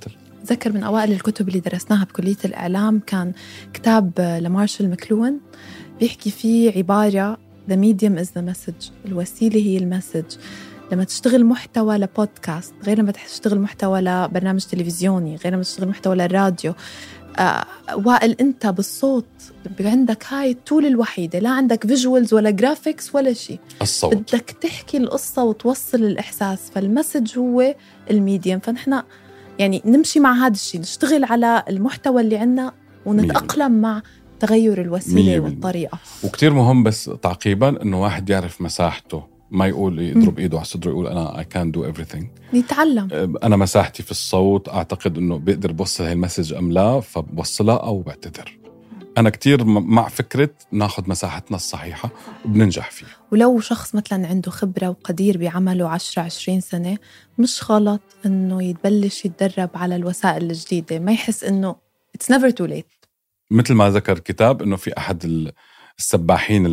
بتذكر من أوائل الكتب اللي درسناها بكلية الإعلام كان كتاب لمارشال مكلوين بيحكي فيه عبارة The medium is the message. الوسيلة هي المسج. لما تشتغل محتوى لبودكاست غير لما تشتغل محتوى لبرنامج تلفزيوني، غير لما تشتغل محتوى للراديو. آه وائل أنت بالصوت عندك هاي التول الوحيدة، لا عندك فيجوالز ولا جرافيكس ولا شيء، الصوت. بدك تحكي القصة وتوصل الإحساس، فالمسج هو الميديم. فنحن يعني نمشي مع هذا الشيء، نشتغل على المحتوى اللي عندنا ونتأقلم مع تغير الوسيلة والطريقة. وكتير مهم بس تعقيبا إنه واحد يعرف مساحته، ما يقول يضرب إيده على صدره يقول أنا I can do everything. يتعلم أنا مساحتي في الصوت، أعتقد إنه بقدر بوصل هاي المسج أم لا، فبوصلها أو بعتذر. أنا كتير مع فكرة ناخد مساحتنا الصحيحة وبننجح فيه. ولو شخص مثلا عنده خبرة وقدير بعمله عشرة عشرين سنة، مش غلط إنه يتبلش يتدرب على الوسائل الجديدة، ما يحس إنه it's never too late. مثل ما ذكر الكتاب إنه في أحد السباحين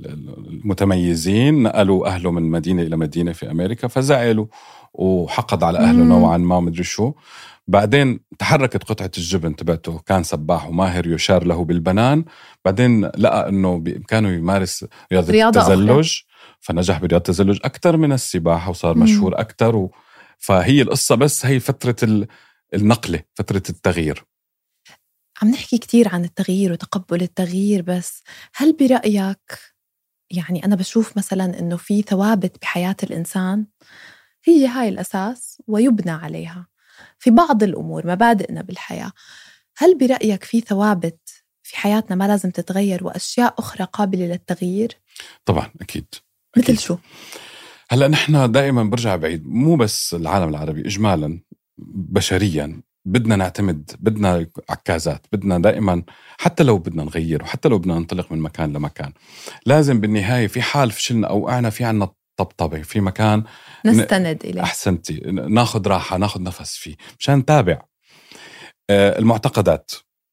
المتميزين نقلوا أهله من مدينة إلى مدينة في أمريكا، فزعلوا وحقد على أهله نوعا ما مدري شو. بعدين تحركت قطعة الجبن تبعته، كان سباح وماهر يشار له بالبنان. بعدين لقى أنه بإمكانه يمارس رياضة, رياضة التزلج أخرى. فنجح برياضة التزلج أكتر من السباحة وصار مم. مشهور أكتر و... فهي القصة بس هي فترة النقلة، فترة التغيير. عم نحكي كتير عن التغيير وتقبل التغيير، بس هل برأيك يعني أنا بشوف مثلا أنه في ثوابت بحياة الإنسان هي هاي الأساس ويبنى عليها في بعض الأمور مبادئنا بالحياة، هل برأيك في ثوابت في حياتنا ما لازم تتغير وأشياء أخرى قابلة للتغيير؟ طبعا أكيد, مثل أكيد. شو؟ هلأ نحن دائما برجع بعيد، مو بس العالم العربي إجمالا بشريا بدنا نعتمد، بدنا عكازات، بدنا دائما حتى لو بدنا نغير وحتى لو بدنا ننطلق من مكان لمكان لازم بالنهاية في حال فشلنا أو وقعنا في عنا طبطبة في مكان نستند إليه. أحسنتي، ناخد راحة، ناخد نفس فيه مشان نتابع. المعتقدات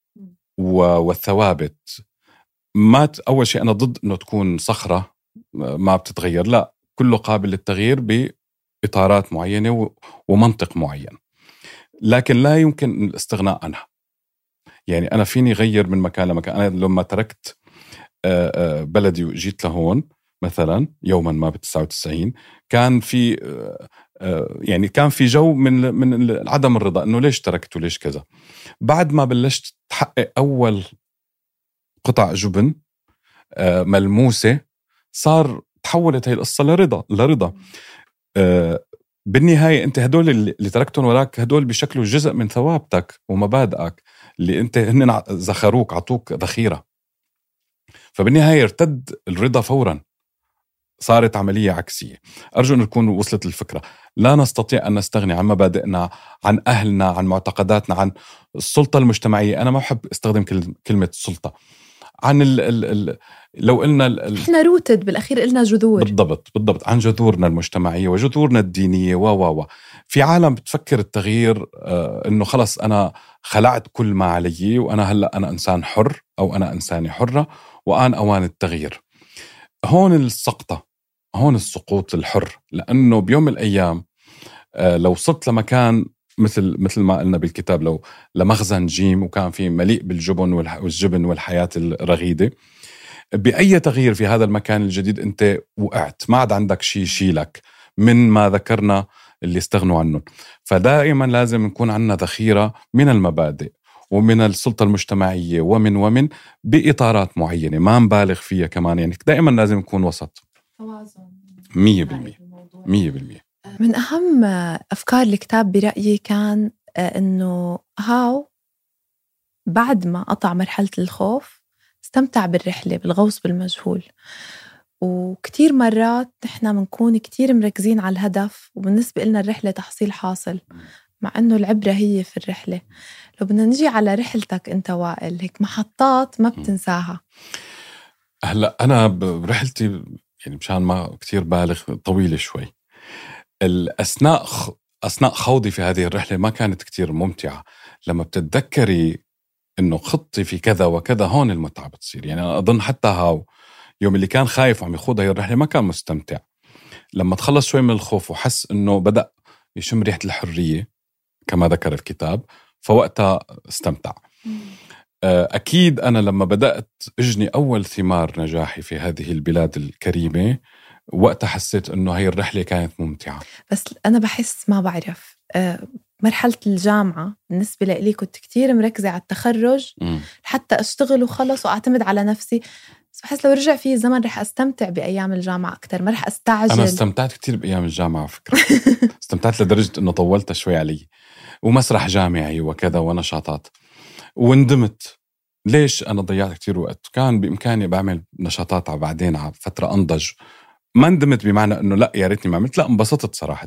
والثوابت ما أول شيء أنا ضد أنه تكون صخرة ما بتتغير، لا، كله قابل للتغيير بإطارات معينة ومنطق معين، لكن لا يمكن الاستغناء عنها. يعني أنا فيني غير من مكان لمكان. أنا لما تركت بلدي وجيت لهون مثلا يوما ما بتسعة وتسعين كان في يعني كان في جو من من عدم الرضا، إنه ليش تركت وليش كذا. بعد ما بلشت تحقق أول قطع جبن ملموسة صار تحولت هاي القصة لرضا لرضا بالنهاية أنت هدول اللي تركتهم وراك هدول بشكل جزء من ثوابتك ومبادئك اللي أنت هن زخروك، عطوك ذخيرة. فبالنهاية ارتد الرضا فورا، صارت عملية عكسية. أرجو أن نكون وصلت الفكرة. لا نستطيع أن نستغني عن مبادئنا، عن أهلنا، عن معتقداتنا، عن السلطة المجتمعية. أنا ما أحب استخدم كلمة سلطة. عن ال ال ال لو قلنا ال إحنا روتد بالأخير، قلنا جذور. بالضبط بالضبط، عن جذورنا المجتمعية وجذورنا الدينية و و و في عالم بتفكر التغيير آه إنه خلص أنا خلعت كل ما علي وأنا هلأ أنا إنسان حر أو أنا إنسانة حرة وآن أوان التغيير. هون السقطة، هون السقوط الحر، لأنه بيوم من الأيام آه لو صرت لمكان مثل مثل ما قلنا بالكتاب، لو لمخزن جيم وكان فيه مليء بالجبن والجبن والحياة الرغيدة، بأي تغيير في هذا المكان الجديد أنت وقعت، ما عاد عندك شيء يشيلك من ما ذكرنا اللي استغنوا عنه. فدائما لازم نكون عندنا ذخيرة من المبادئ ومن السلطة المجتمعية ومن ومن بإطارات معينة ما نبالغ فيها كمان. يعني دائما لازم نكون وسط، توازن مية بالمية مية بالمية. من أهم أفكار الكتاب برأيي كان أنه هاو بعد ما قطع مرحلة الخوف استمتع بالرحلة، بالغوص بالمجهول. وكتير مرات نحنا منكون كتير مركزين على الهدف وبالنسبة لنا الرحلة تحصيل حاصل، مع أنه العبرة هي في الرحلة. لو بدنا نجي على رحلتك أنت وائل، هيك محطات ما بتنساها. هلأ أنا برحلتي يعني مشان ما كتير بالغ طويلة شوي، الأثناء أثناء خوضي في هذه الرحلة ما كانت كتير ممتعة. لما بتتذكري إنه خطي في كذا وكذا، هون المتعة بتصير. يعني أنا أظن حتى هاو يوم اللي كان خايف وعم يخوض هاي الرحلة ما كان مستمتع. لما تخلص شوي من الخوف وحس إنه بدأ يشم ريحة الحرية كما ذكر الكتاب، فوقتها استمتع. أكيد أنا لما بدأت أجني أول ثمار نجاحي في هذه البلاد الكريمة وقتها حسيت أنه هاي الرحلة كانت ممتعة. بس أنا بحس ما بعرف مرحلة الجامعة بالنسبة لي كنت كتير مركزة على التخرج م. حتى أشتغل وخلص وأعتمد على نفسي. بس بحس لو رجع فيه الزمن رح أستمتع بأيام الجامعة أكتر، ما رح أستعجل. أنا استمتعت كتير بأيام الجامعة فكرة. استمتعت لدرجة أنه طولت شوي علي ومسرح جامعي وكذا ونشاطات وندمت ليش أنا ضيعت كتير وقت. كان بإمكاني بعمل نشاطات بعدين على فترة أنضج. ما ندمت بمعنى أنه لا يا ريتني ما عملت، لا انبسطت صراحة،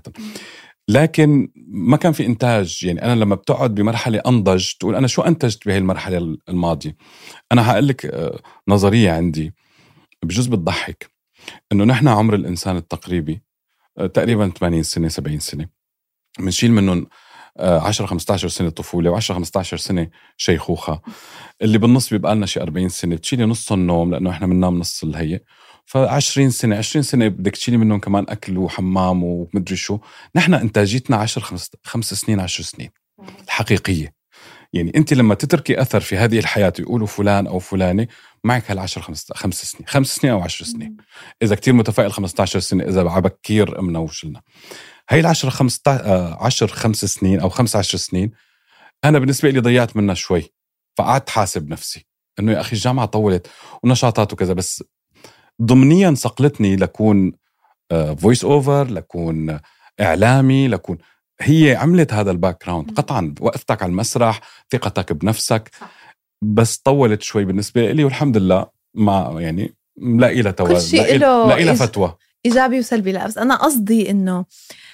لكن ما كان في إنتاج. يعني أنا لما بتقعد بمرحلة أنضج تقول أنا شو أنتجت بهي المرحلة الماضية. أنا هقلك نظرية عندي بجوز بتضحك، إنه نحن عمر الإنسان التقريبي تقريبا ثمانين سنة سبعين سنة، منشيل منهم عشرة خمسة عشر سنة طفولة وعشرة خمسة عشر سنة شيخوخة، اللي بالنص بيبقى لنا شي أربعين سنة بتشيلي نص النوم لأنه إحنا بننام نص الهيئة، فعشرين سنة عشرين سنة بدك تشيلي منهم كمان أكل وحمام ومدري شو. نحن إنتاجيتنا عشر خمس, خمس سنين عشر سنين الحقيقية. يعني أنت لما تتركي أثر في هذه الحياة يقولوا فلان أو فلانة معك هالعشر خمس, خمس سنين خمس سنين أو عشر سنين، إذا كتير متفائل خمسة عشر سنة، إذا عبكير أمنا وشلنا. هاي العشر خمسة عشر خمس سنين أو خمس عشر سنين أنا بالنسبة لي ضيعت منها شوي، فقعدت حاسب نفسي إنه يا أخي الجامعة طولت ونشاطات وكذا، بس ضمنيا صقلتني لكون فويس أوفر، لكون إعلامي، لكون هي عملت هذا الباك جراوند. قطعا وقفتك على المسرح، ثقتك بنفسك، بس طولت شوي بالنسبة لي والحمد لله. ما يعني لا إلى توازن، لا إلى فتوى إيجابي وسلبي. لا بس أنا قصدي إنه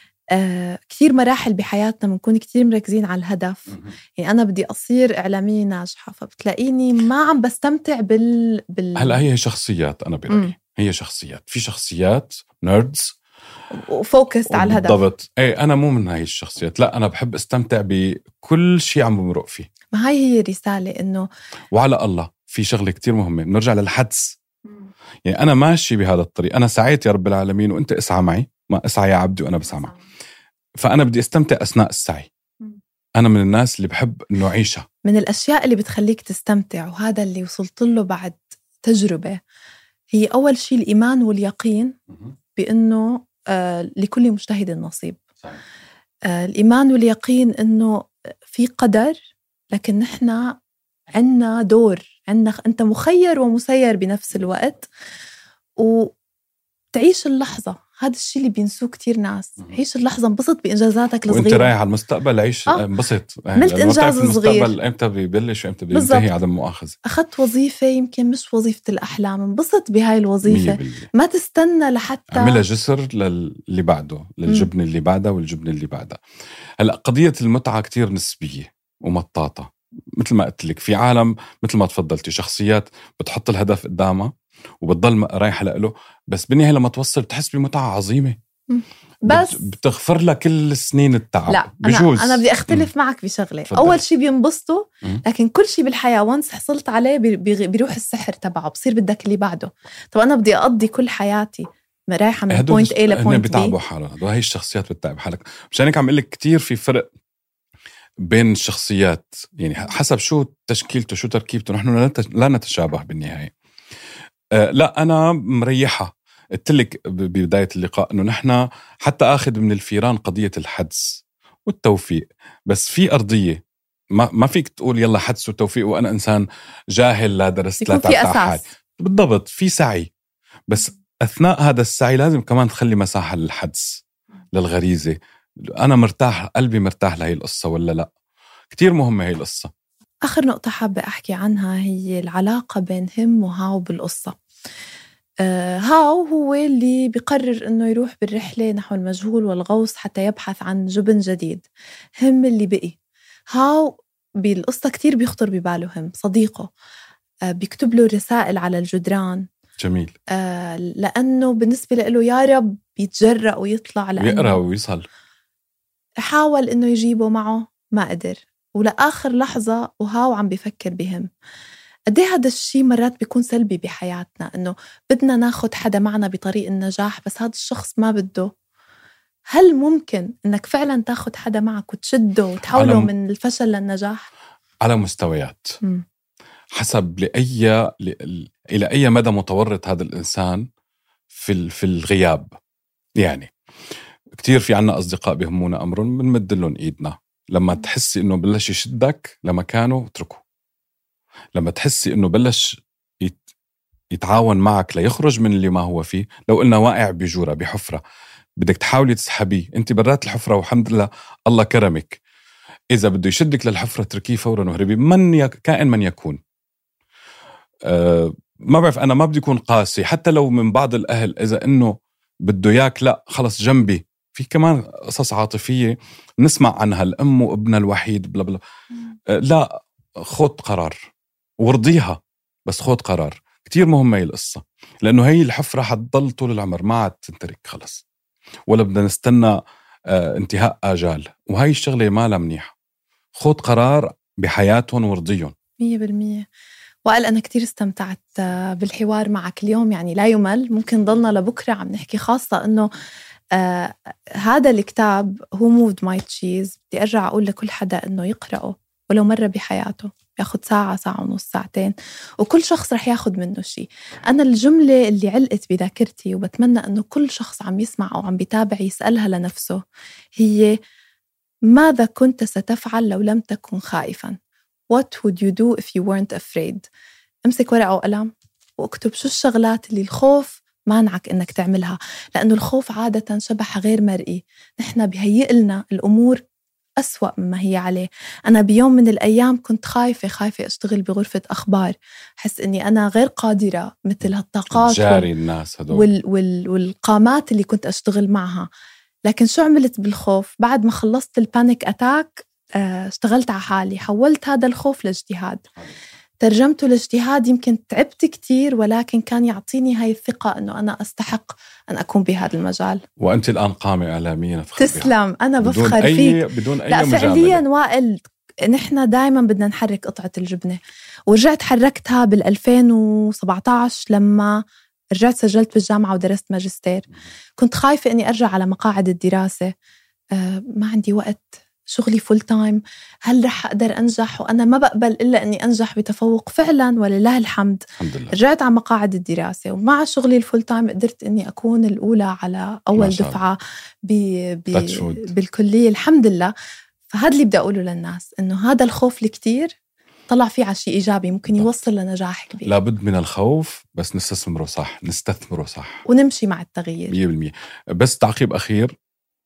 آه كثير مراحل بحياتنا بنكون كثير مركزين على الهدف. يعني أنا بدي أصير إعلامية ناجحة، فبتلاقيني ما عم بستمتع بال, بال... هلأ هي شخصيات. أنا برأيي هي شخصيات، في شخصيات نيردز وفوكست على الهدف. بالضبط. أي أنا مو من هاي الشخصيات، لا أنا بحب استمتع بكل شيء عم بمرق فيه. ما هاي هي رسالة إنه وعلى الله في شغلة كتير مهمة، بنرجع للحدس. يعني أنا ماشي بهذا الطريق، أنا سعيت يا رب العالمين وأنت اسعى معي، ما اسعى يا عبدي وأنا بسعى معي، فأنا بدي استمتع أثناء السعي. أنا من الناس اللي بحب إنه أعيشها. من الأشياء اللي بتخليك تستمتع، وهذا اللي وصلت له بعد تجربة، هي أول شيء الإيمان واليقين بأنه آه لكل مجتهد نصيب. آه الإيمان واليقين أنه في قدر، لكن نحن عنا دور، عنا أنت مخير ومسير بنفس الوقت، وتعيش اللحظة. هذا الشيء اللي بينسوه كتير ناس. عيش اللحظة، انبسط بإنجازاتك الصغيرة. وانت رايح على المستقبل عيش آه. انبسط. عملت إنجاز صغير، امتى بيبلش وامتى بينتهي عدم مؤاخذة. أخذت وظيفة يمكن مش وظيفة الأحلام، انبسط بهاي الوظيفة، ما تستنى لحتى عملها جسر للي بعده، للجبن اللي بعده والجبن اللي بعده. هلأ قضية المتعة كتير نسبية ومطاطة. مثل ما قلت لك، في عالم مثل ما تفضلتي شخصيات بتحط الهدف قدامها وبتضل رايحة له، بس بالنهاية لما توصل تحس بمتعة عظيمة، بس بتغفر لك كل سنين التعب. لا بجوز. أنا, أنا بدي أختلف م. معك بشغلة. فضل. أول شيء بينبسطوا، لكن كل شيء بالحياة وانس حصلت عليه بيروح السحر تبعه، بصير بدك اللي بعده. طب أنا بدي أقضي كل حياتي رايحة من بوينت A لبوينت B. بتعبوا حالهم، وهي الشخصيات بتتعب حالك. مشان هيك عم اقول لك كتير في فرق بين الشخصيات، يعني حسب شو تشكيلته شو تركيبته. نحن لا نتشابه بالنهاية. أه لا أنا مريحة. قلت لك ببداية اللقاء إنه نحن حتى آخذ من الفيران قضية الحدس والتوفيق، بس في أرضية ما ما فيك تقول يلا حدس وتوفيق وأنا إنسان جاهل لا درست لا تعرف حالي. بالضبط، في سعي، بس أثناء هذا السعي لازم كمان تخلي مساحة للحدس، للغريزة. أنا مرتاح، قلبي مرتاح لهي القصة ولا لا. كتير مهمة هي القصة. آخر نقطة حابة أحكي عنها هي العلاقة بين هم وهاو بالقصة. آه هاو هو اللي بيقرر أنه يروح بالرحلة نحو المجهول والغوص حتى يبحث عن جبن جديد. هم اللي بقي. هاو بالقصة كتير بيخطر بباله هم صديقه، آه بيكتب له رسائل على الجدران. جميل. آه لأنه بالنسبة له يا رب يتجرأ ويطلع، لأنه يقرأ ويصل. حاول أنه يجيبه معه ما قدر، ولآخر لحظة وهاو عم بيفكر بهم. قد ايه هذا الشيء مرات بيكون سلبي بحياتنا، انه بدنا ناخد حدا معنا بطريق النجاح بس هذا الشخص ما بده. هل ممكن إنك فعلا تاخد حدا معك وتشده وتحوله م... من الفشل للنجاح؟ على مستويات م. حسب لأي ل... إلى أي مدى متورط هذا الإنسان في في الغياب. يعني كتير في عنا أصدقاء بيهمونا أمر بنمد لهم إيدنا، لما تحسي إنه بلش يشدك لمكانه اتركه، لما تحسي إنه بلش يت... يتعاون معك ليخرج من اللي ما هو فيه. لو قلنا واقع بجورة بحفرة بدك تحاولي تسحبيه، انت برات الحفرة والحمد لله الله كرمك، إذا بده يشدك للحفرة تركيه فورا وهربي من يك... كائن من يكون. أه ما بعرف، أنا ما بدي يكون قاسي حتى لو من بعض الأهل، إذا إنه بده ياك لا خلص جنبي. في كمان قصص عاطفية نسمع عنها، الأم وابنها الوحيد بلا بلا. أه لا، خد قرار ورضيها، بس خد قرار. كتير مهمة هي القصة، لأنه هي الحفرة حتضل طول العمر ما عاد تنترك خلص، ولا بدنا نستنى اه انتهاء آجال، وهي الشغلة ما لها منيحة. خد قرار بحياتهم ورضيهم. مية بالمية. وقال أنا كتير استمتعت بالحوار معك اليوم، يعني لا يمل، ممكن ضلنا لبكرة عم نحكي، خاصة أنه آه هذا الكتاب هو موفد ماي تشيز. بدي أرجع أقول لكل حدا أنه يقرأه ولو مرة بحياته، ياخد ساعة ساعة ونص ساعتين، وكل شخص رح ياخد منه شيء. أنا الجملة اللي علقت بذاكرتي وبتمنى أنه كل شخص عم يسمع أو عم بيتابع يسألها لنفسه هي: ماذا كنت ستفعل لو لم تكن خائفاً؟ What would you do if you weren't afraid؟ امسك ورقة وقلم واكتب شو الشغلات اللي الخوف مانعك إنك تعملها، لأنه الخوف عادة شبح غير مرئي، نحن بيهيئ لنا الأمور أسوأ مما هي عليه. أنا بيوم من الأيام كنت خايفة خايفة أشتغل بغرفة أخبار، حس إني أنا غير قادرة مثل هالطاقات جاري وال... الناس هدول وال... وال... والقامات اللي كنت أشتغل معها. لكن شو عملت بالخوف؟ بعد ما خلصت البانيك أتاك اشتغلت على حالي، حولت هذا الخوف لاجتهاد، ترجمته لاجتهاد. يمكن تعبت كتير ولكن كان يعطيني هاي الثقة أنه أنا أستحق أن أكون بهذا المجال. وأنت الآن قامة إعلامية. تسلم، أنا بفخر أي فيك. بدون أي لا مجاملة. فعليا وائل، نحن دايما بدنا نحرك قطعة الجبنة، ورجعت حركتها بالألفين وسبعتاشر لما رجعت سجلت بالجامعة ودرست ماجستير. كنت خايفة أني أرجع على مقاعد الدراسة، أه ما عندي وقت، شغلي فول تايم، هل رح أقدر أنجح؟ وأنا ما بقبل إلا أني أنجح بتفوق فعلا، ولله الحمد. الحمد رجعت على مقاعد الدراسة، ومع شغلي الفول تايم قدرت أني أكون الأولى على أول دفعة ب... ب... بالكلية الحمد لله. فهذا اللي بدي أقوله للناس، أنه هذا الخوف الكتير طلع فيه على شيء إيجابي ممكن يوصل لنجاح كبير. لابد من الخوف بس نستثمره صح، نستثمره صح، ونمشي مع التغيير مية بالمية. بس تعقيب أخير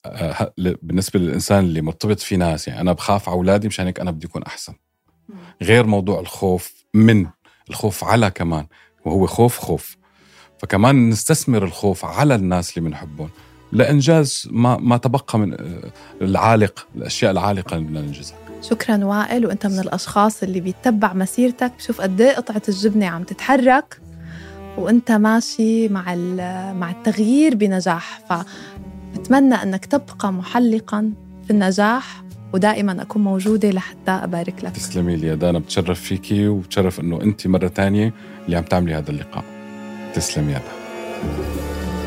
بالنسبة للإنسان اللي مرتبط في ناس، يعني أنا بخاف على أولادي مشان هيك أنا بدي أكون أحسن، غير موضوع الخوف من الخوف على كمان، وهو خوف خوف. فكمان نستثمر الخوف على الناس اللي بنحبهم لإنجاز ما ما تبقى من العالق، الأشياء العالقة اللي بدنا ننجزها. شكرا وائل، وأنت من الأشخاص اللي بيتبع مسيرتك، بشوف قد ايه قطعة الجبنة عم تتحرك وأنت ماشي مع مع التغيير بنجاح. فبتمنى أنك تبقى محلقا في النجاح، ودائما أكون موجودة لحتى أبارك لك. تسلمي لي يا دانا، بتشرف فيكي وبتشرف أنه أنت مرة تانية اللي عم تعملي هذا اللقاء. تسلمي يا دانا.